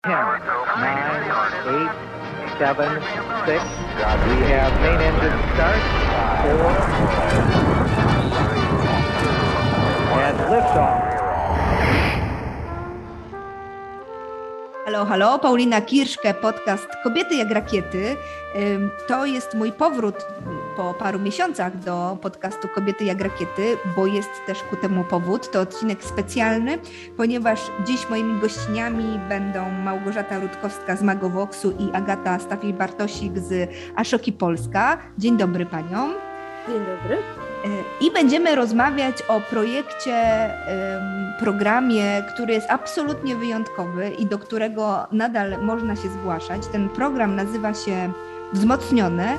7, 6. We have main engine start. 4. And liftoff. Halo, halo, Paulina Kirszke, podcast Kobiety jak rakiety. To jest mój powrót po paru miesiącach do podcastu Kobiety jak rakiety, bo jest też ku temu powód. To odcinek specjalny, ponieważ dziś moimi gościniami będą Małgorzata Rutkowska z Magovoxu i Agata Stafil-Bartosik z Ashoki Polska. Dzień dobry paniom. Dzień dobry. I będziemy rozmawiać o projekcie, programie, który jest absolutnie wyjątkowy i do którego nadal można się zgłaszać. Ten program nazywa się Wzmocnione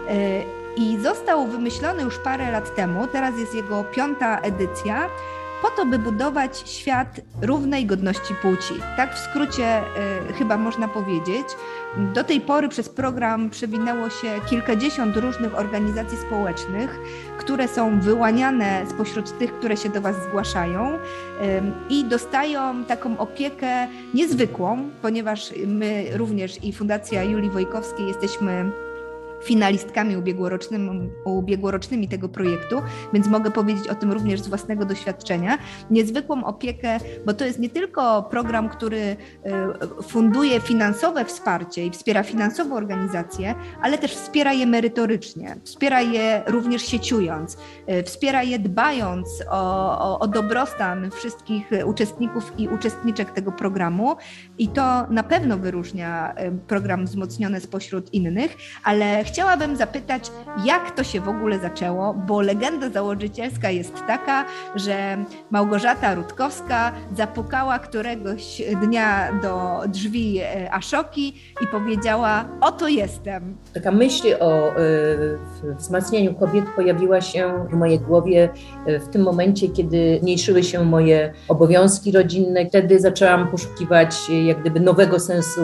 i został wymyślony już parę lat temu. Teraz jest jego 5. edycja, po to, by budować świat równej godności płci. Tak w skrócie chyba można powiedzieć. Do tej pory przez program przewinęło się kilkadziesiąt różnych organizacji społecznych, które są wyłaniane spośród tych, które się do Was zgłaszają i dostają taką opiekę niezwykłą, ponieważ my również i Fundacja Julii Wojkowskiej jesteśmy finalistkami ubiegłorocznymi tego projektu, więc mogę powiedzieć o tym również z własnego doświadczenia. Niezwykłą opiekę, bo to jest nie tylko program, który funduje finansowe wsparcie i wspiera finansowo organizacje, ale też wspiera je merytorycznie, wspiera je również sieciując, wspiera je dbając o dobrostan wszystkich uczestników i uczestniczek tego programu i to na pewno wyróżnia program Wzmocnione spośród innych, ale chciałabym zapytać, jak to się w ogóle zaczęło, bo legenda założycielska jest taka, że Małgorzata Rutkowska zapukała któregoś dnia do drzwi Ashoki i powiedziała: oto jestem. Taka myśl o wzmacnianiu kobiet pojawiła się w mojej głowie w tym momencie, kiedy zmniejszyły się moje obowiązki rodzinne. Wtedy zaczęłam poszukiwać jak gdyby nowego sensu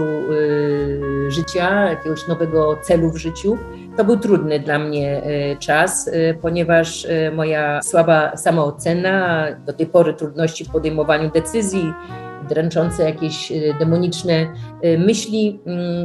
życia, jakiegoś nowego celu w życiu. To był trudny dla mnie czas, ponieważ moja słaba samoocena, do tej pory trudności w podejmowaniu decyzji, dręczące jakieś demoniczne myśli,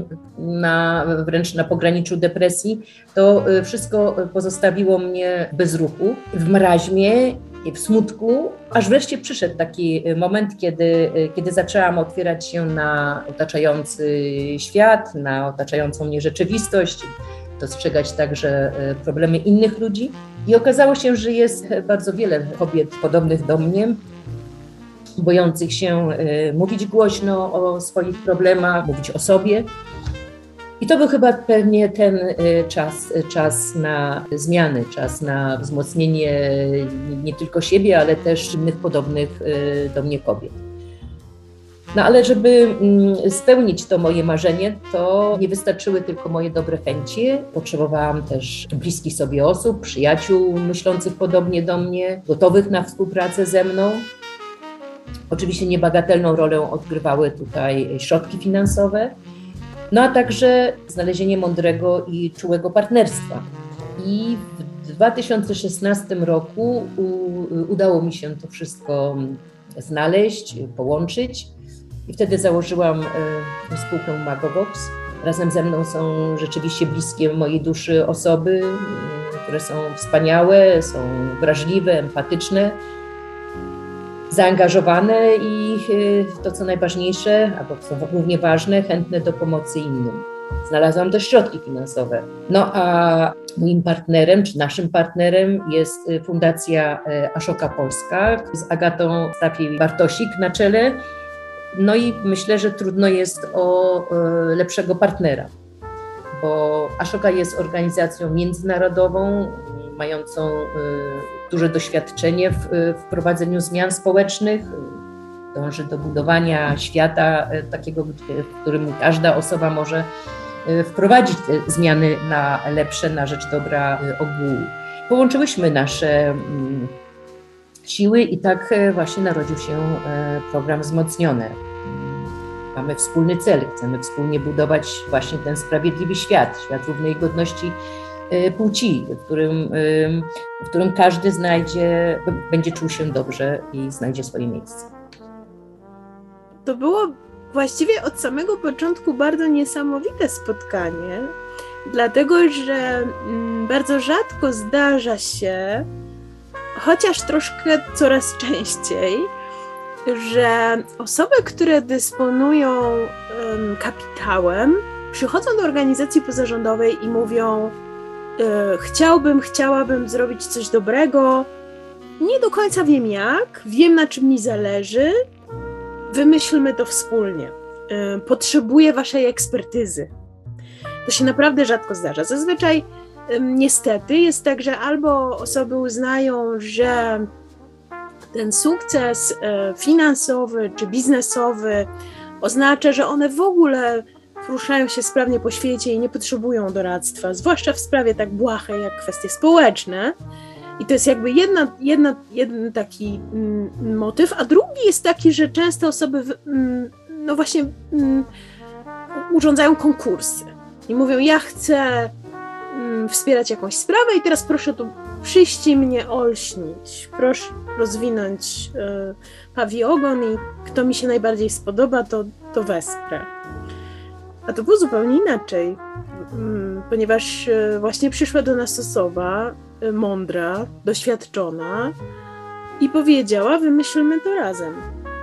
wręcz na pograniczu depresji, to wszystko pozostawiło mnie bez ruchu, w mraźmie, w smutku, aż wreszcie przyszedł taki moment, kiedy zaczęłam otwierać się na otaczający świat, na otaczającą mnie rzeczywistość, dostrzegać także problemy innych ludzi. I okazało się, że jest bardzo wiele kobiet podobnych do mnie, bojących się mówić głośno o swoich problemach, mówić o sobie. I to był chyba pewnie ten czas na zmiany, czas na wzmocnienie nie tylko siebie, ale też innych podobnych do mnie kobiet. No ale żeby spełnić to moje marzenie, to nie wystarczyły tylko moje dobre chęci. Potrzebowałam też bliskich sobie osób, przyjaciół myślących podobnie do mnie, gotowych na współpracę ze mną. Oczywiście niebagatelną rolę odgrywały tutaj środki finansowe, no a także znalezienie mądrego i czułego partnerstwa. I w 2016 roku udało mi się to wszystko znaleźć, połączyć. I wtedy założyłam spółkę Magovox. Razem ze mną są rzeczywiście bliskie mojej duszy osoby, które są wspaniałe, są wrażliwe, empatyczne, zaangażowane i to, co najważniejsze, albo co równie ważne, chętne do pomocy innym. Znalazłam też środki finansowe. No a moim partnerem, czy naszym partnerem jest Fundacja Ashoka Polska z Agatą Stafil-Bartosik na czele. No i myślę, że trudno jest o lepszego partnera, bo Ashoka jest organizacją międzynarodową, mającą duże doświadczenie w wprowadzeniu zmian społecznych, dąży do budowania świata takiego, w którym każda osoba może wprowadzić te zmiany na lepsze, na rzecz dobra ogółu. Połączyłyśmy nasze siły i tak właśnie narodził się program Wzmocnione. Mamy wspólny cel, chcemy wspólnie budować właśnie ten sprawiedliwy świat, świat równej godności płci, w którym każdy będzie czuł się dobrze i znajdzie swoje miejsce. To było właściwie od samego początku bardzo niesamowite spotkanie, dlatego że bardzo rzadko zdarza się, chociaż troszkę coraz częściej, że osoby, które dysponują kapitałem, przychodzą do organizacji pozarządowej i mówią: chciałabym zrobić coś dobrego, nie do końca wiem jak, wiem na czym mi zależy, wymyślmy to wspólnie. Potrzebuję waszej ekspertyzy. To się naprawdę rzadko zdarza. Zazwyczaj niestety jest tak, że albo osoby uznają, że ten sukces finansowy czy biznesowy oznacza, że one w ogóle poruszają się sprawnie po świecie i nie potrzebują doradztwa, zwłaszcza w sprawie tak błahej jak kwestie społeczne. I to jest jakby jeden taki motyw, a drugi jest taki, że często osoby urządzają konkursy i mówią: ja chcę wspierać jakąś sprawę i teraz proszę tu przyjść i mnie olśnić, proszę rozwinąć pawi ogon i kto mi się najbardziej spodoba, to wesprę. A to było zupełnie inaczej, ponieważ właśnie przyszła do nas osoba mądra, doświadczona i powiedziała: wymyślmy to razem.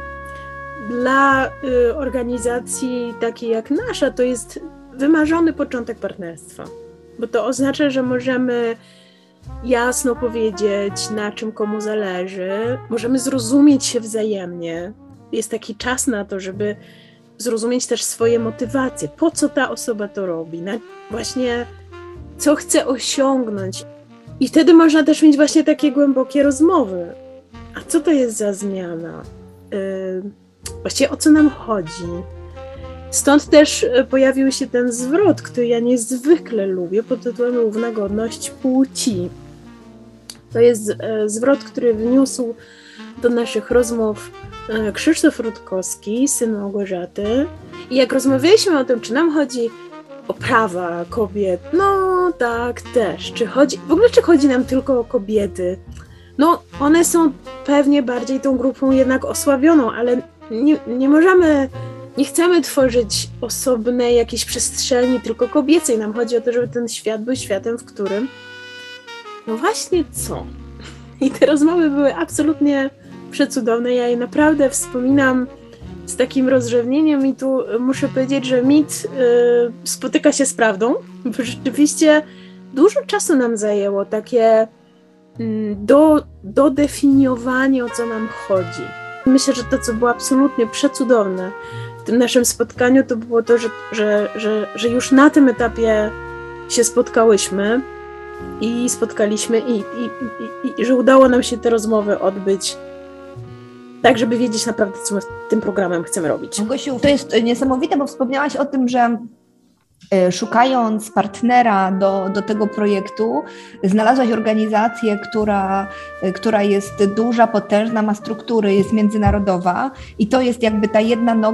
Dla organizacji takiej jak nasza to jest wymarzony początek partnerstwa, bo to oznacza, że możemy jasno powiedzieć, na czym komu zależy, możemy zrozumieć się wzajemnie. Jest taki czas na to, żeby zrozumieć też swoje motywacje, po co ta osoba to robi, właśnie co chce osiągnąć. I wtedy można też mieć właśnie takie głębokie rozmowy. A co to jest za zmiana? Właściwie o co nam chodzi? Stąd też pojawił się ten zwrot, który ja niezwykle lubię, pod tytułem Równa godność płci. To jest zwrot, który wniósł do naszych rozmów Krzysztof Rutkowski, syn Małgorzaty. I jak rozmawialiśmy o tym, czy nam chodzi o prawa kobiet, no tak, też. Czy chodzi nam tylko o kobiety? No, one są pewnie bardziej tą grupą jednak osłabioną, ale nie chcemy tworzyć osobnej jakiejś przestrzeni tylko kobiecej. Nam chodzi o to, żeby ten świat był światem, w którym no właśnie co? I te rozmowy były absolutnie przecudowne. Ja je naprawdę wspominam z takim rozrzewnieniem i tu muszę powiedzieć, że mit spotyka się z prawdą, bo rzeczywiście dużo czasu nam zajęło takie dodefiniowanie, o co nam chodzi. Myślę, że to, co było absolutnie przecudowne w tym naszym spotkaniu, to było to, że już na tym etapie się spotkałyśmy i że udało nam się te rozmowy odbyć tak, żeby wiedzieć naprawdę, co my tym programem chcemy robić. Gosiu, to jest niesamowite, bo wspomniałaś o tym, że szukając partnera do tego projektu, znalazłaś organizację, która jest duża, potężna, ma struktury, jest międzynarodowa i to jest jakby ta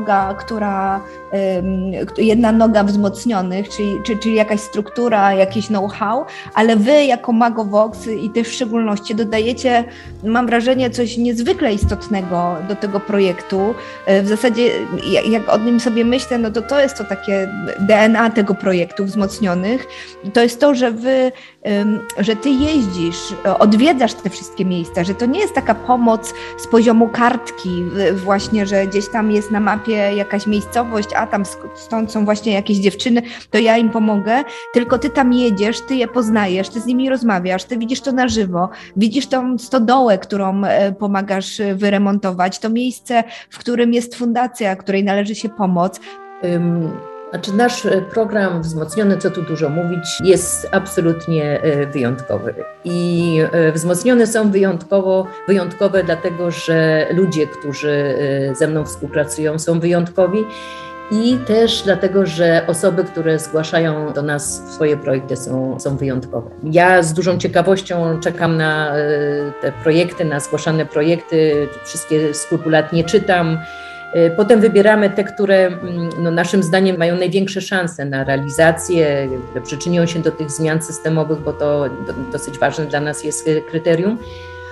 jedna noga wzmocnionych, czyli jakaś struktura, jakieś know-how, ale wy jako Magovox i ty w szczególności dodajecie, mam wrażenie, coś niezwykle istotnego do tego projektu. W zasadzie jak o nim sobie myślę, no to jest to takie DNA tego projektu wzmocnionych. To jest to, że ty jeździsz, odwiedzasz te wszystkie miejsca, że to nie jest taka pomoc z poziomu kartki właśnie, że gdzieś tam jest na mapie jakaś miejscowość, a tam stąd są właśnie jakieś dziewczyny, to ja im pomogę, tylko ty tam jedziesz, ty je poznajesz, ty z nimi rozmawiasz, ty widzisz to na żywo, widzisz tą stodołę, którą pomagasz wyremontować, to miejsce, w którym jest fundacja, której należy się pomoc. Znaczy nasz program wzmocniony, co tu dużo mówić, jest absolutnie wyjątkowy. I wzmocnione są wyjątkowe dlatego, że ludzie, którzy ze mną współpracują, są wyjątkowi i też dlatego, że osoby, które zgłaszają do nas swoje projekty są wyjątkowe. Ja z dużą ciekawością czekam na te projekty, na zgłaszane projekty, wszystkie skrupulatnie czytam. Potem wybieramy te, które naszym zdaniem mają największe szanse na realizację, które przyczynią się do tych zmian systemowych, bo to dosyć ważne dla nas jest kryterium.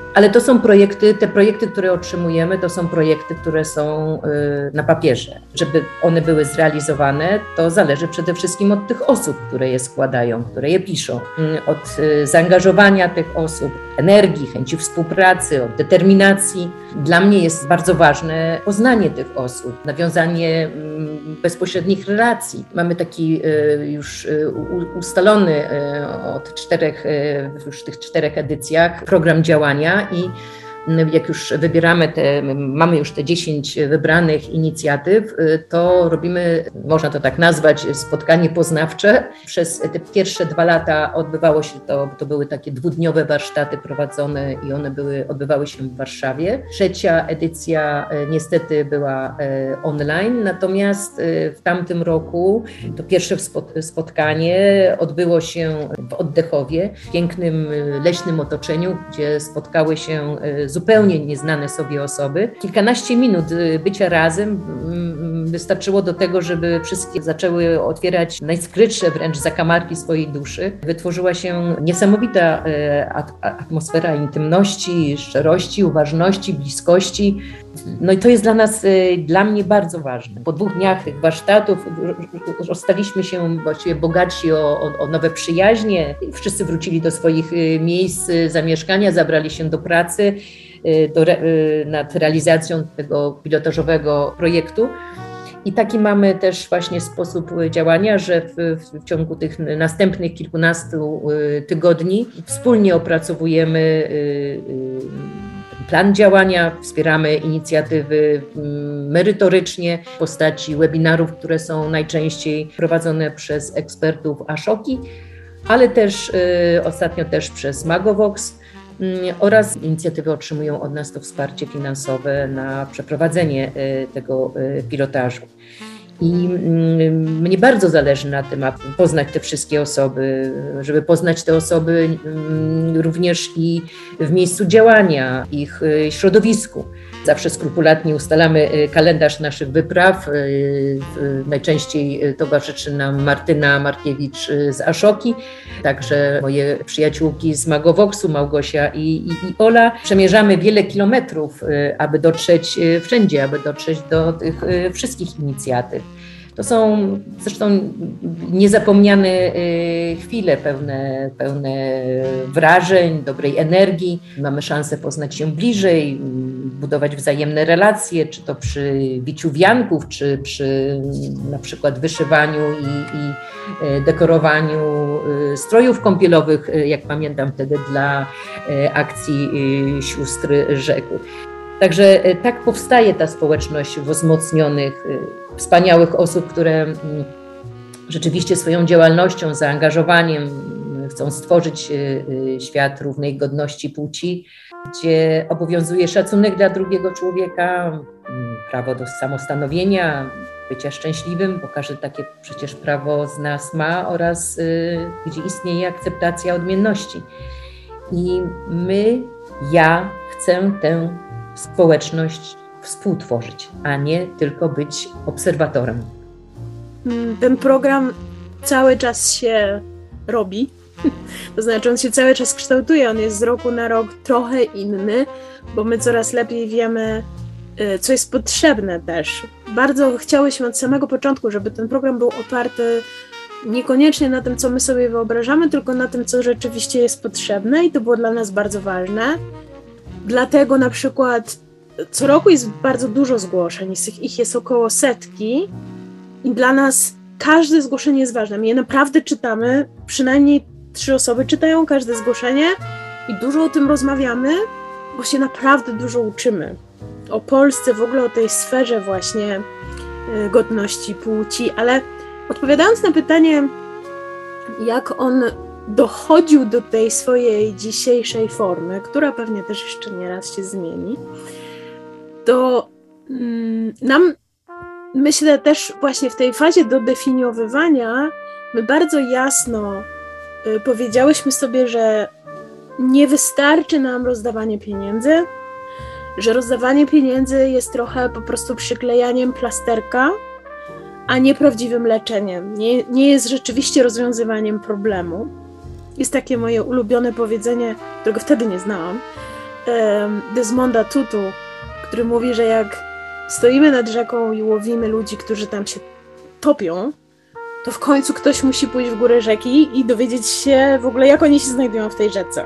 Ale to są te projekty, które otrzymujemy, to są projekty, które są na papierze. Żeby one były zrealizowane, to zależy przede wszystkim od tych osób, które je składają, które je piszą. Od zaangażowania tych osób, energii, chęci współpracy, od determinacji. Dla mnie jest bardzo ważne poznanie tych osób, nawiązanie bezpośrednich relacji. Mamy taki już ustalony od już tych 4 edycjach program działania i jak już mamy już te 10 wybranych inicjatyw, to robimy, można to tak nazwać, spotkanie poznawcze. Przez te pierwsze 2 lata odbywało się to były takie 2-dniowe warsztaty prowadzone i one odbywały się w Warszawie. 3. edycja niestety była online, natomiast w tamtym roku to pierwsze spotkanie odbyło się w Oddechowie, w pięknym leśnym otoczeniu, gdzie spotkały się zupełnie nieznane sobie osoby. Kilkanaście minut bycia razem wystarczyło do tego, żeby wszystkie zaczęły otwierać najskrytsze wręcz zakamarki swojej duszy. Wytworzyła się niesamowita atmosfera intymności, szczerości, uważności, bliskości. No i to jest dla mnie bardzo ważne. Po 2 dniach tych warsztatów rozstaliśmy się właściwie bogatsi o nowe przyjaźnie. Wszyscy wrócili do swoich miejsc zamieszkania, zabrali się do pracy nad realizacją tego pilotażowego projektu. I taki mamy też właśnie sposób działania, że w ciągu tych następnych kilkunastu tygodni wspólnie opracowujemy plan działania, wspieramy inicjatywy merytorycznie w postaci webinarów, które są najczęściej prowadzone przez ekspertów Ashoki, ale też ostatnio też przez Magovox oraz inicjatywy otrzymują od nas to wsparcie finansowe na przeprowadzenie tego pilotażu. I mnie bardzo zależy na tym, aby poznać te wszystkie osoby, żeby poznać te osoby również i w miejscu działania, ich środowisku. Zawsze skrupulatnie ustalamy kalendarz naszych wypraw. Najczęściej towarzyszy nam Martyna Markiewicz z Ashoki, także moje przyjaciółki z Magovoxu, Małgosia i Ola. Przemierzamy wiele kilometrów, aby dotrzeć wszędzie, aby dotrzeć do tych wszystkich inicjatyw. To są zresztą niezapomniane chwile, pełne wrażeń, dobrej energii. Mamy szansę poznać się bliżej, budować wzajemne relacje, czy to przy biciu wianków, czy przy na przykład wyszywaniu i dekorowaniu strojów kąpielowych, jak pamiętam wtedy dla akcji Sióstr Rzeku. Także tak powstaje ta społeczność wzmocnionych, wspaniałych osób, które rzeczywiście swoją działalnością, zaangażowaniem chcą stworzyć świat równej godności płci, gdzie obowiązuje szacunek dla drugiego człowieka, prawo do samostanowienia, bycia szczęśliwym, bo każdy takie przecież prawo z nas ma, oraz gdzie istnieje akceptacja odmienności. I ja chcę tę społeczność współtworzyć, a nie tylko być obserwatorem. Ten program cały czas się robi, to znaczy on się cały czas kształtuje, on jest z roku na rok trochę inny, bo my coraz lepiej wiemy, co jest potrzebne też. Bardzo chciałyśmy od samego początku, żeby ten program był oparty niekoniecznie na tym, co my sobie wyobrażamy, tylko na tym, co rzeczywiście jest potrzebne, i to było dla nas bardzo ważne. Dlatego na przykład co roku jest bardzo dużo zgłoszeń, ich jest około 100 i dla nas każde zgłoszenie jest ważne. My je naprawdę czytamy, przynajmniej 3 osoby czytają każde zgłoszenie i dużo o tym rozmawiamy, bo się naprawdę dużo uczymy. O Polsce, w ogóle o tej sferze właśnie godności płci, ale odpowiadając na pytanie, jak on dochodził do tej swojej dzisiejszej formy, która pewnie też jeszcze nieraz się zmieni, to nam, myślę, też właśnie w tej fazie dodefiniowywania my bardzo jasno powiedziałyśmy sobie, że nie wystarczy nam rozdawanie pieniędzy, że rozdawanie pieniędzy jest trochę po prostu przyklejaniem plasterka, a nie prawdziwym leczeniem. Nie jest rzeczywiście rozwiązywaniem problemu. Jest takie moje ulubione powiedzenie, którego wtedy nie znałam, Desmonda Tutu, który mówi, że jak stoimy nad rzeką i łowimy ludzi, którzy tam się topią, to w końcu ktoś musi pójść w górę rzeki i dowiedzieć się w ogóle, jak oni się znajdują w tej rzece.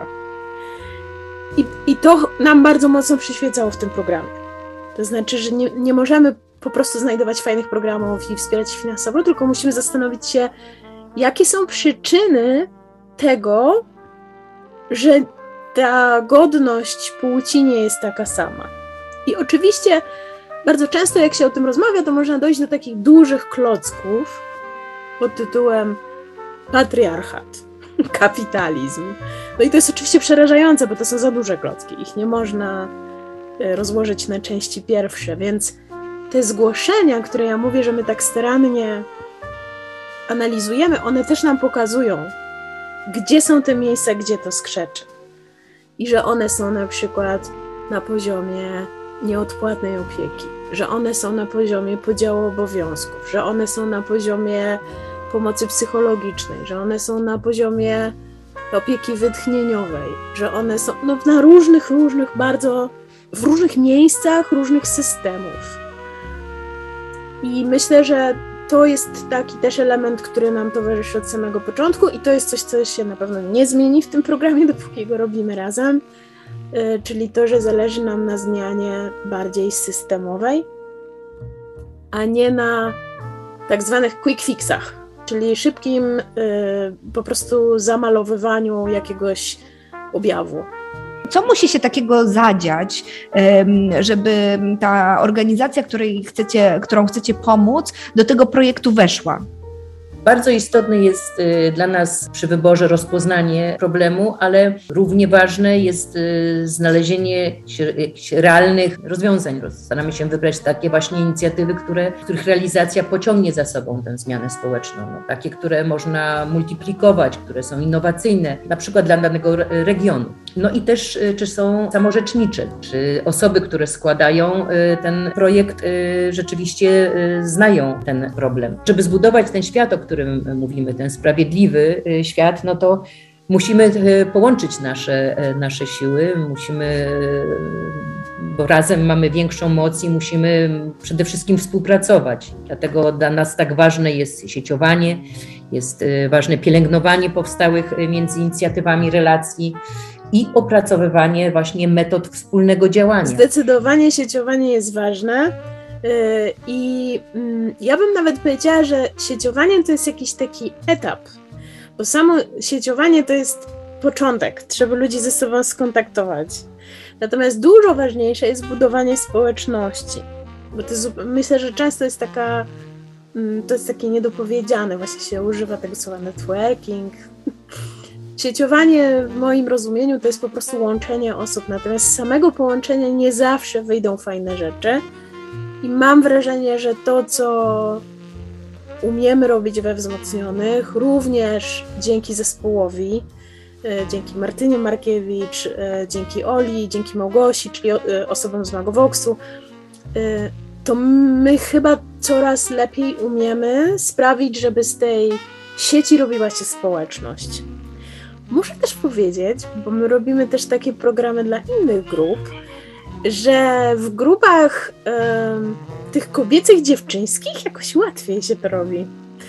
I to nam bardzo mocno przyświecało w tym programie. To znaczy, że nie możemy po prostu znajdować fajnych programów i wspierać finansowo, tylko musimy zastanowić się, jakie są przyczyny tego, że ta godność płci nie jest taka sama. I oczywiście bardzo często, jak się o tym rozmawia, to można dojść do takich dużych klocków pod tytułem patriarchat, kapitalizm. No i to jest oczywiście przerażające, bo to są za duże klocki. Ich nie można rozłożyć na części pierwsze, więc te zgłoszenia, które ja mówię, że my tak starannie analizujemy, one też nam pokazują, gdzie są te miejsca, gdzie to skrzeczy. I że one są na przykład na poziomie nieodpłatnej opieki, że one są na poziomie podziału obowiązków, że one są na poziomie pomocy psychologicznej, że one są na poziomie opieki wytchnieniowej, że one są na różnych bardzo, w różnych miejscach, różnych systemów. I myślę, że to jest taki też element, który nam towarzyszy od samego początku i to jest coś, co się na pewno nie zmieni w tym programie, dopóki go robimy razem, czyli to, że zależy nam na zmianie bardziej systemowej, a nie na tak zwanych quick fixach, czyli szybkim po prostu zamalowywaniu jakiegoś objawu. Co musi się takiego zadziać, żeby ta organizacja, którą chcecie pomóc, do tego projektu weszła? Bardzo istotne jest dla nas przy wyborze rozpoznanie problemu, ale równie ważne jest znalezienie jakichś realnych rozwiązań. Staramy się wybrać takie właśnie inicjatywy, których realizacja pociągnie za sobą tę zmianę społeczną. Takie, które można multiplikować, które są innowacyjne, na przykład dla danego regionu. No i też, czy są samorzecznicze, czy osoby, które składają ten projekt, rzeczywiście znają ten problem. Żeby zbudować ten świat, o którym mówimy, ten sprawiedliwy świat, no to musimy połączyć nasze siły, bo razem mamy większą moc i musimy przede wszystkim współpracować. Dlatego dla nas tak ważne jest sieciowanie, jest ważne pielęgnowanie powstałych między inicjatywami relacji i opracowywanie właśnie metod wspólnego działania. Zdecydowanie sieciowanie jest ważne. I ja bym nawet powiedziała, że sieciowanie to jest jakiś taki etap, bo samo sieciowanie to jest początek, trzeba ludzi ze sobą skontaktować. Natomiast dużo ważniejsze jest budowanie społeczności, bo to myślę, że często jest to jest takie niedopowiedziane, właśnie się używa tego słowa networking. Sieciowanie w moim rozumieniu to jest po prostu łączenie osób, natomiast z samego połączenia nie zawsze wyjdą fajne rzeczy. I mam wrażenie, że to, co umiemy robić we Wzmocnionych, również dzięki zespołowi, dzięki Martynie Markiewicz, dzięki Oli, dzięki Małgosi, czyli osobom z Magovoxu, to my chyba coraz lepiej umiemy sprawić, żeby z tej sieci robiła się społeczność. Muszę też powiedzieć, bo my robimy też takie programy dla innych grup, że w grupach tych kobiecych, dziewczyńskich jakoś łatwiej się to robi.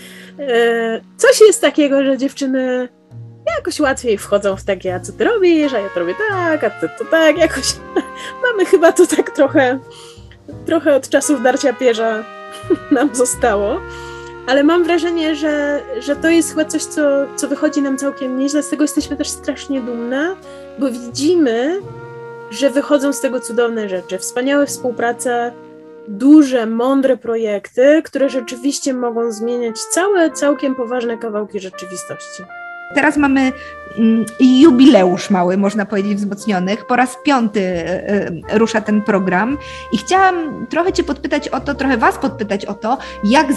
Coś jest takiego, że dziewczyny jakoś łatwiej wchodzą w takie, a co ty robisz, a ja to robię tak, a ty to tak, jakoś mamy chyba to tak trochę od czasów darcia pierza nam zostało, ale mam wrażenie, że to jest chyba coś, co wychodzi nam całkiem nieźle, z tego jesteśmy też strasznie dumne, bo widzimy, że wychodzą z tego cudowne rzeczy, wspaniałe współprace, duże, mądre projekty, które rzeczywiście mogą zmieniać całkiem poważne kawałki rzeczywistości. Teraz mamy jubileusz mały, można powiedzieć, Wzmocnionych. Po raz 5 rusza ten program i chciałam trochę was podpytać o to, jak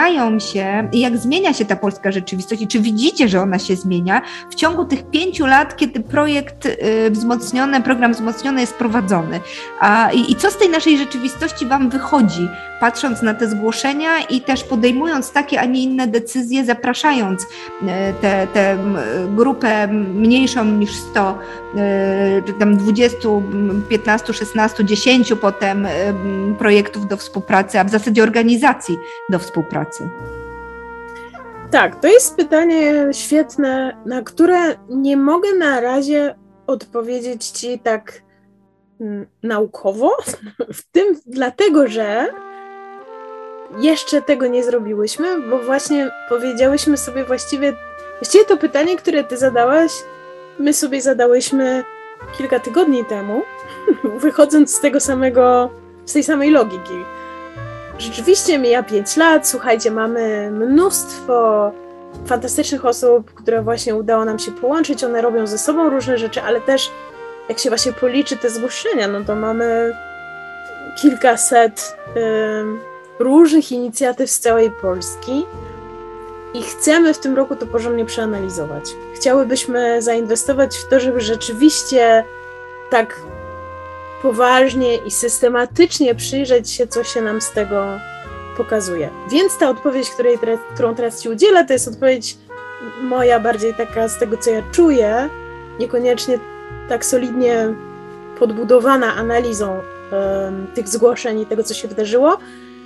zmienia się ta polska rzeczywistość i czy widzicie, że ona się zmienia w ciągu tych 5 lat, kiedy projekt program Wzmocniony jest prowadzony. I co z tej naszej rzeczywistości wam wychodzi, patrząc na te zgłoszenia i też podejmując takie, a nie inne decyzje, zapraszając te grupę mniejszą niż 100, czy tam 20, 15, 16, 10 potem projektów do współpracy, a w zasadzie organizacji do współpracy? Tak, to jest pytanie świetne, na które nie mogę na razie odpowiedzieć Ci tak naukowo, w tym dlatego, że jeszcze tego nie zrobiłyśmy, bo właśnie powiedziałyśmy sobie właściwie to pytanie, które Ty zadałaś, my sobie zadałyśmy kilka tygodni temu, wychodząc z tej samej logiki. Rzeczywiście mija 5 lat, słuchajcie, mamy mnóstwo fantastycznych osób, które właśnie udało nam się połączyć, one robią ze sobą różne rzeczy, ale też jak się właśnie policzy te zgłoszenia, no to mamy kilkaset różnych inicjatyw z całej Polski i chcemy w tym roku to porządnie przeanalizować. Chciałybyśmy zainwestować w to, żeby rzeczywiście tak poważnie i systematycznie przyjrzeć się, co się nam z tego pokazuje. Więc ta odpowiedź, którą teraz Ci udzielę, to jest odpowiedź moja bardziej taka z tego, co ja czuję, niekoniecznie tak solidnie podbudowana analizą tych zgłoszeń i tego, co się wydarzyło.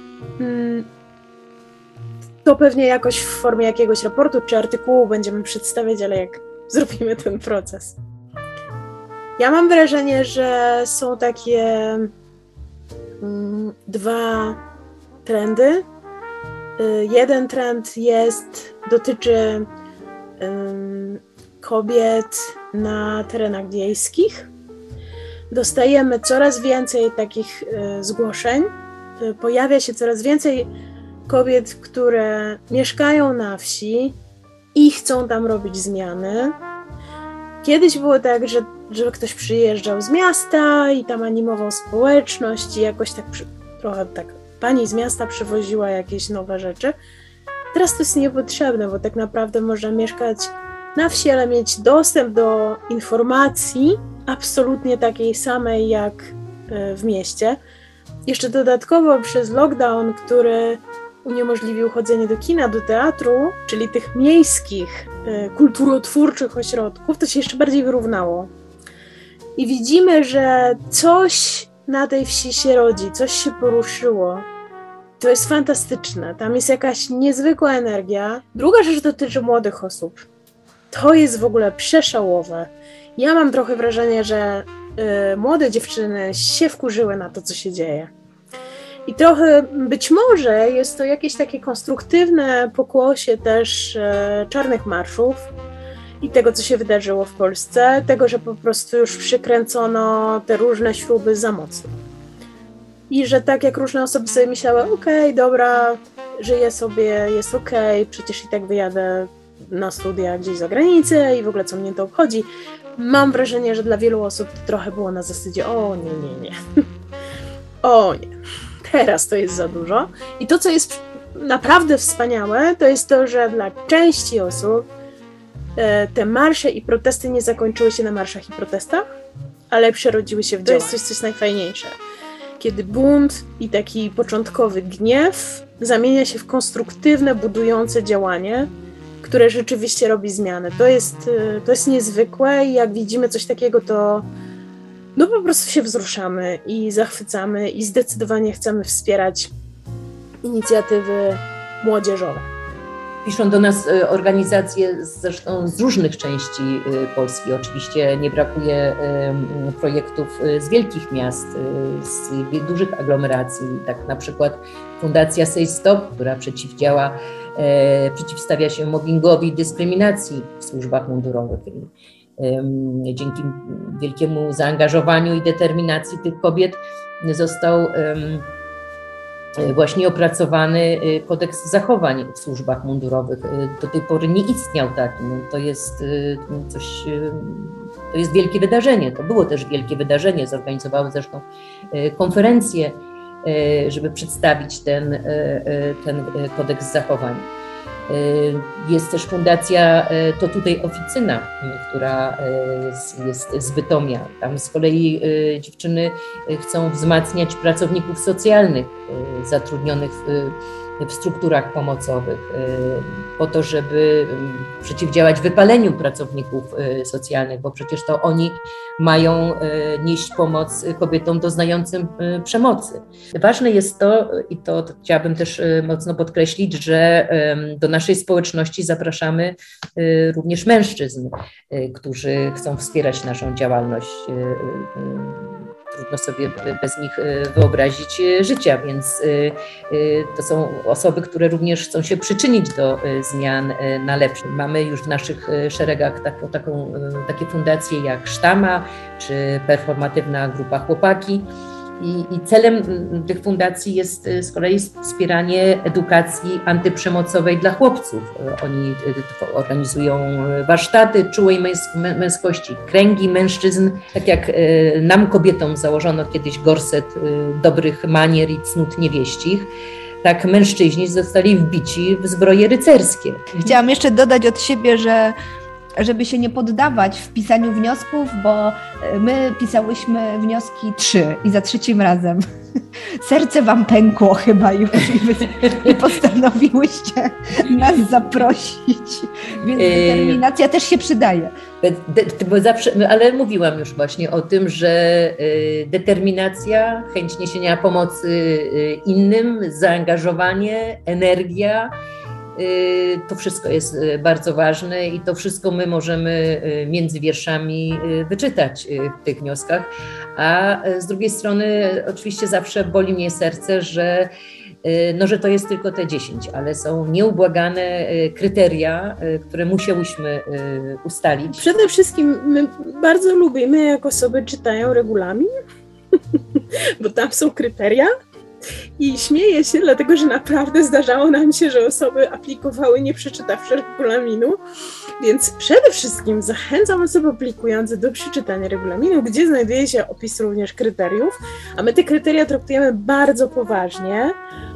To pewnie jakoś w formie jakiegoś raportu czy artykułu będziemy przedstawiać, ale jak zrobimy ten proces. Ja mam wrażenie, że są takie dwa trendy. Jeden trend dotyczy kobiet na terenach wiejskich. Dostajemy coraz więcej takich zgłoszeń. Pojawia się coraz więcej kobiet, które mieszkają na wsi i chcą tam robić zmiany. Kiedyś było tak, że ktoś przyjeżdżał z miasta i tam animował społeczność i jakoś tak trochę tak pani z miasta przywoziła jakieś nowe rzeczy. Teraz to jest niepotrzebne, bo tak naprawdę można mieszkać na wsi, ale mieć dostęp do informacji absolutnie takiej samej jak w mieście. Jeszcze dodatkowo przez lockdown, który uniemożliwił chodzenie do kina, do teatru, czyli tych miejskich, kulturotwórczych ośrodków, to się jeszcze bardziej wyrównało. I widzimy, że coś na tej wsi się rodzi, coś się poruszyło. To jest fantastyczne, tam jest jakaś niezwykła energia. Druga rzecz dotyczy młodych osób. To jest w ogóle przeszałowe. Ja mam trochę wrażenie, że młode dziewczyny się wkurzyły na to, co się dzieje. I trochę być może jest to jakieś takie konstruktywne pokłosie też czarnych marszów i tego, co się wydarzyło w Polsce, tego, że po prostu już przykręcono te różne śruby za mocno. I że tak jak różne osoby sobie myślały, okej, dobra, żyję sobie, jest okej, przecież i tak wyjadę na studia gdzieś za granicę i w ogóle co mnie to obchodzi. Mam wrażenie, że dla wielu osób to trochę było na zasadzie, o nie. O nie, teraz to jest za dużo. I to, co jest naprawdę wspaniałe, to jest to, że dla części osób te marsze i protesty nie zakończyły się na marszach i protestach, ale przerodziły się w działania. To jest coś, co jest najfajniejsze. Kiedy bunt i taki początkowy gniew zamienia się w konstruktywne, budujące działanie, które rzeczywiście robi zmiany. To jest niezwykłe i jak widzimy coś takiego, to no po prostu się wzruszamy i zachwycamy i zdecydowanie chcemy wspierać inicjatywy młodzieżowe. Piszą do nas organizacje zresztą z różnych części Polski. Oczywiście nie brakuje projektów z wielkich miast, z dużych aglomeracji. Tak na przykład Fundacja Say Stop, która przeciwstawia się mobbingowi i dyskryminacji w służbach mundurowych. Dzięki wielkiemu zaangażowaniu i determinacji tych kobiet został właśnie opracowany kodeks zachowań w służbach mundurowych. Do tej pory nie istniał taki. No, to jest wielkie wydarzenie. To było też wielkie wydarzenie. Zorganizowały zresztą konferencję, żeby przedstawić ten kodeks zachowań. Jest też fundacja To Tutaj Oficyna, która jest z Bytomia. Tam z kolei dziewczyny chcą wzmacniać pracowników socjalnych zatrudnionych w strukturach pomocowych, po to, żeby przeciwdziałać wypaleniu pracowników socjalnych, bo przecież to oni mają nieść pomoc kobietom doznającym przemocy. Ważne jest to, i to chciałabym też mocno podkreślić, że do naszej społeczności zapraszamy również mężczyzn, którzy chcą wspierać naszą działalność. Trudno sobie bez nich wyobrazić życia, więc to są osoby, które również chcą się przyczynić do zmian na lepsze. Mamy już w naszych szeregach takie fundacje jak Sztama czy Performatywna Grupa Chłopaki. I celem tych fundacji jest z kolei wspieranie edukacji antyprzemocowej dla chłopców. Oni organizują warsztaty czułej męskości, kręgi mężczyzn, tak jak nam kobietom założono kiedyś gorset dobrych manier i cnót niewieścich. Tak mężczyźni zostali wbici w zbroje rycerskie. Chciałam jeszcze dodać od siebie, że żeby się nie poddawać w pisaniu wniosków, bo my pisałyśmy wnioski 3 i za 3 razem serce wam pękło chyba już i postanowiłyście nas zaprosić, więc determinacja też się przydaje. Bo zawsze, ale mówiłam już właśnie o tym, że determinacja, chęć niesienia pomocy innym, zaangażowanie, energia, to wszystko jest bardzo ważne i to wszystko my możemy między wierszami wyczytać w tych wnioskach, a z drugiej strony oczywiście zawsze boli mnie serce, że to jest tylko te 10, ale są nieubłagane kryteria, które musiałyśmy ustalić. Przede wszystkim my bardzo lubimy, jak osoby czytają regulamin, bo tam są kryteria. I śmieję się, dlatego że naprawdę zdarzało nam się, że osoby aplikowały nie przeczytawszy regulaminu, więc przede wszystkim zachęcam osoby aplikujące do przeczytania regulaminu, gdzie znajduje się opis również kryteriów, a my te kryteria traktujemy bardzo poważnie.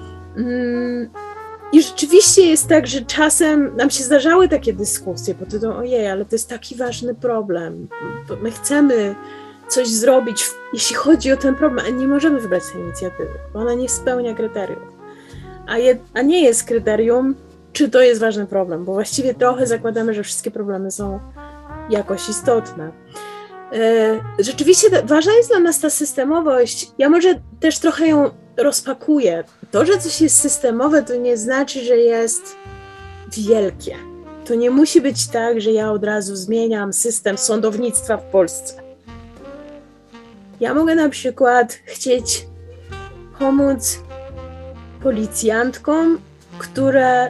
I rzeczywiście jest tak, że czasem nam się zdarzały takie dyskusje pod tytułem ojej, ale to jest taki ważny problem, my chcemy coś zrobić, jeśli chodzi o ten problem, a nie możemy wybrać tej inicjatywy, bo ona nie spełnia kryteriów. A nie jest kryterium, czy to jest ważny problem, bo właściwie trochę zakładamy, że wszystkie problemy są jakoś istotne. Rzeczywiście ważna jest dla nas ta systemowość. Ja może też trochę ją rozpakuję. To, że coś jest systemowe, to nie znaczy, że jest wielkie. To nie musi być tak, że ja od razu zmieniam system sądownictwa w Polsce. Ja mogę na przykład chcieć pomóc policjantkom, które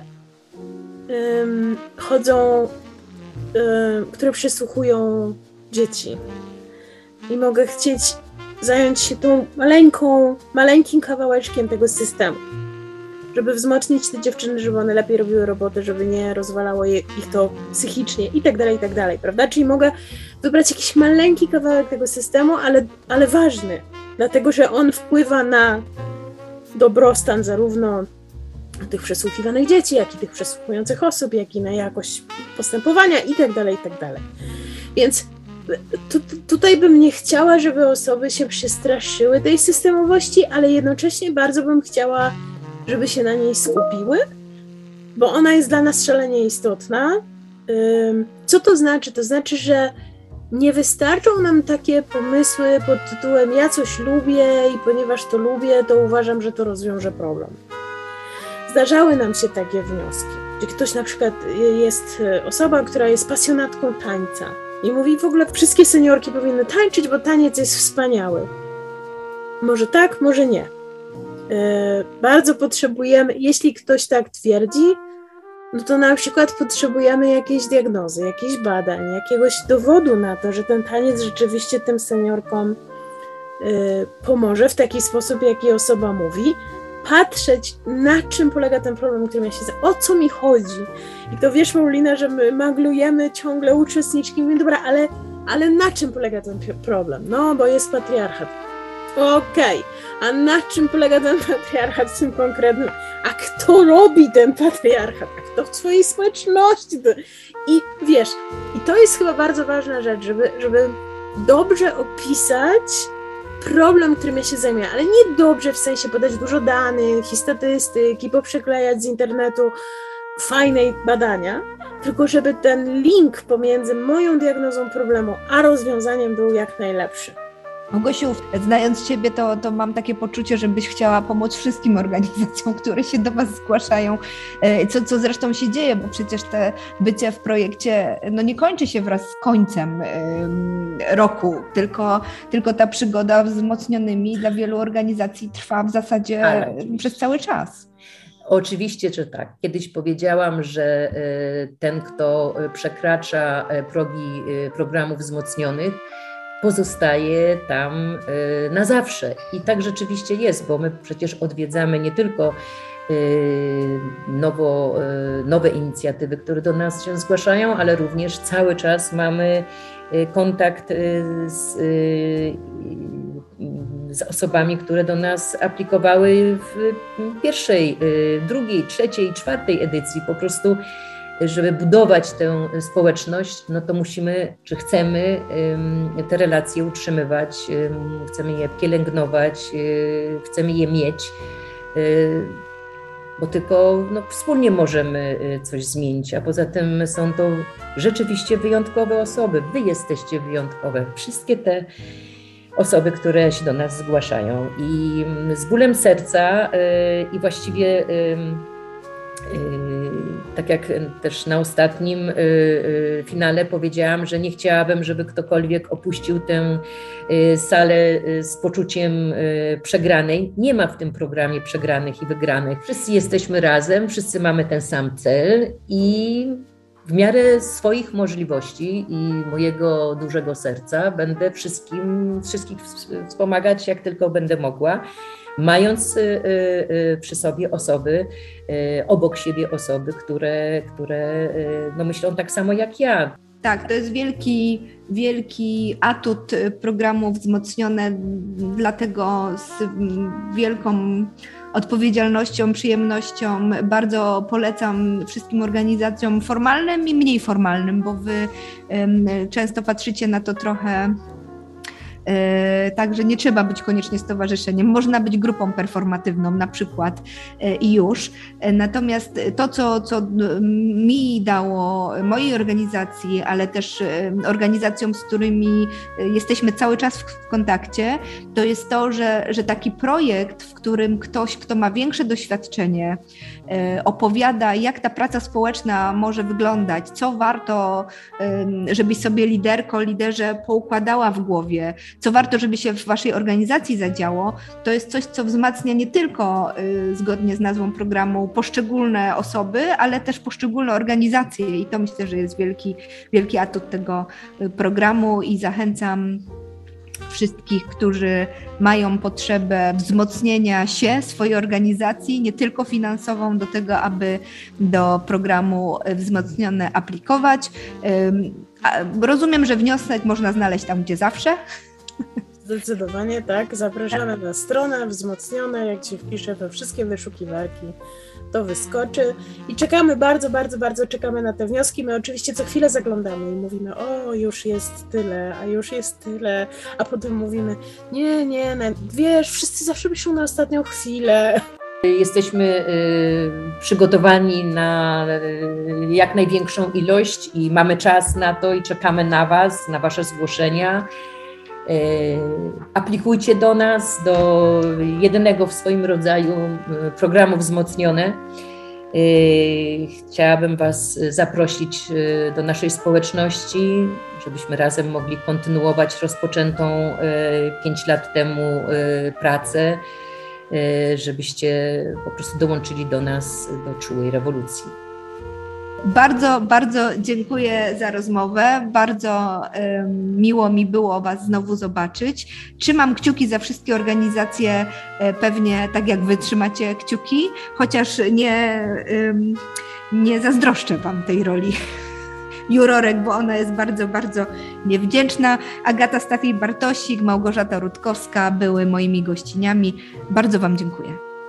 które przesłuchują dzieci. I mogę chcieć zająć się tą maleńkim kawałeczkiem tego systemu, żeby wzmocnić te dziewczyny, żeby one lepiej robiły robotę, żeby nie rozwalało ich to psychicznie i tak dalej, prawda? Czyli mogę wybrać jakiś maleńki kawałek tego systemu, ale ważny, dlatego że on wpływa na dobrostan zarówno tych przesłuchiwanych dzieci, jak i tych przesłuchujących osób, jak i na jakość postępowania i tak dalej. Więc tutaj bym nie chciała, żeby osoby się przestraszyły tej systemowości, ale jednocześnie bardzo bym chciała, żeby się na niej skupiły, bo ona jest dla nas szalenie istotna. Co to znaczy? To znaczy, że nie wystarczą nam takie pomysły pod tytułem ja coś lubię i ponieważ to lubię, to uważam, że to rozwiąże problem. Zdarzały nam się takie wnioski, że ktoś na przykład jest osoba, która jest pasjonatką tańca i mówi w ogóle wszystkie seniorki powinny tańczyć, bo taniec jest wspaniały. Może tak, może nie. Bardzo potrzebujemy, jeśli ktoś tak twierdzi, no to na przykład potrzebujemy jakiejś diagnozy, jakichś badań, jakiegoś dowodu na to, że ten taniec rzeczywiście tym seniorkom pomoże w taki sposób, jaki osoba mówi, patrzeć, na czym polega ten problem, którym ja się o co mi chodzi. I to wiesz, Paulina, że my maglujemy ciągle uczestniczki, mówię, dobra, ale na czym polega ten problem? No, bo jest patriarchat. Okej, a na czym polega ten patriarchat w tym konkretnym? A kto robi ten patriarchat? A kto w swojej społeczności? I wiesz, i to jest chyba bardzo ważna rzecz, żeby dobrze opisać problem, którym ja się zajmuję, ale nie dobrze w sensie podać dużo danych i statystyk i poprzeklejać z internetu, fajnej badania, tylko żeby ten link pomiędzy moją diagnozą problemu a rozwiązaniem był jak najlepszy. Małgosiu, znając Ciebie, to mam takie poczucie, że byś chciała pomóc wszystkim organizacjom, które się do Was zgłaszają, co zresztą się dzieje, bo przecież te bycie w projekcie nie kończy się wraz z końcem roku, tylko ta przygoda wzmocnionymi dla wielu organizacji trwa w zasadzie przez cały czas. Oczywiście, że tak. Kiedyś powiedziałam, że ten, kto przekracza progi programów wzmocnionych, pozostaje tam na zawsze. I tak rzeczywiście jest, bo my przecież odwiedzamy nie tylko nowe inicjatywy, które do nas się zgłaszają, ale również cały czas mamy kontakt z osobami, które do nas aplikowały w pierwszej, drugiej, trzeciej, czwartej edycji. Po prostu, żeby budować tę społeczność, to musimy, czy chcemy te relacje utrzymywać, chcemy je pielęgnować, chcemy je mieć, bo tylko wspólnie możemy coś zmienić, a poza tym są to rzeczywiście wyjątkowe osoby. Wy jesteście wyjątkowe. Wszystkie te osoby, które się do nas zgłaszają. I z bólem serca i właściwie tak jak też na ostatnim finale powiedziałam, że nie chciałabym, żeby ktokolwiek opuścił tę salę z poczuciem przegranej. Nie ma w tym programie przegranych i wygranych. Wszyscy jesteśmy razem, wszyscy mamy ten sam cel i w miarę swoich możliwości i mojego dużego serca będę wszystkich wspomagać, jak tylko będę mogła, mając przy sobie osoby, obok siebie osoby, które myślą tak samo jak ja. Tak, to jest wielki atut programu Wzmocnione, dlatego z wielką odpowiedzialnością, przyjemnością bardzo polecam wszystkim organizacjom formalnym i mniej formalnym, bo wy często patrzycie na to trochę tak, że nie trzeba być koniecznie stowarzyszeniem, można być grupą performatywną na przykład i już. Natomiast to, co mi dało, mojej organizacji, ale też organizacjom, z którymi jesteśmy cały czas w kontakcie, to jest to, że taki projekt, w którym ktoś, kto ma większe doświadczenie, opowiada, jak ta praca społeczna może wyglądać, co warto, żebyś sobie liderze poukładała w głowie, co warto, żeby się w waszej organizacji zadziało, to jest coś, co wzmacnia nie tylko zgodnie z nazwą programu poszczególne osoby, ale też poszczególne organizacje i to myślę, że jest wielki atut tego programu i zachęcam wszystkich, którzy mają potrzebę wzmocnienia się, swojej organizacji, nie tylko finansową, do tego, aby do programu Wzmocnione aplikować. Rozumiem, że wniosek można znaleźć tam, gdzie zawsze. Zdecydowanie tak. Zapraszamy na stronę Wzmocnione. Jak się wpisze we wszystkie wyszukiwarki, to wyskoczy. I czekamy, bardzo, bardzo, bardzo czekamy na te wnioski. My oczywiście co chwilę zaglądamy i mówimy, o, już jest tyle, a już jest tyle. A potem mówimy, nie, wiesz, wszyscy zawsze piszą na ostatnią chwilę. Jesteśmy przygotowani na jak największą ilość i mamy czas na to i czekamy na Was, na Wasze zgłoszenia. Aplikujcie do nas, do jedynego w swoim rodzaju programu Wzmocnione. Chciałabym Was zaprosić do naszej społeczności, żebyśmy razem mogli kontynuować rozpoczętą 5 lat temu pracę, żebyście po prostu dołączyli do nas, do czułej rewolucji. Bardzo, bardzo dziękuję za rozmowę. Bardzo miło mi było Was znowu zobaczyć. Trzymam kciuki za wszystkie organizacje, pewnie tak jak Wy trzymacie kciuki, chociaż nie zazdroszczę Wam tej roli jurorek, bo ona jest bardzo, bardzo niewdzięczna. Agata Stafiej-Bartosik, Małgorzata Rutkowska były moimi gościniami. Bardzo Wam dziękuję.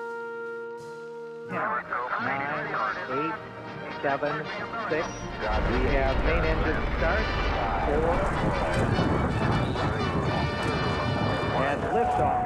9, 8, 7, 6. We have main engine start. 4. And liftoff.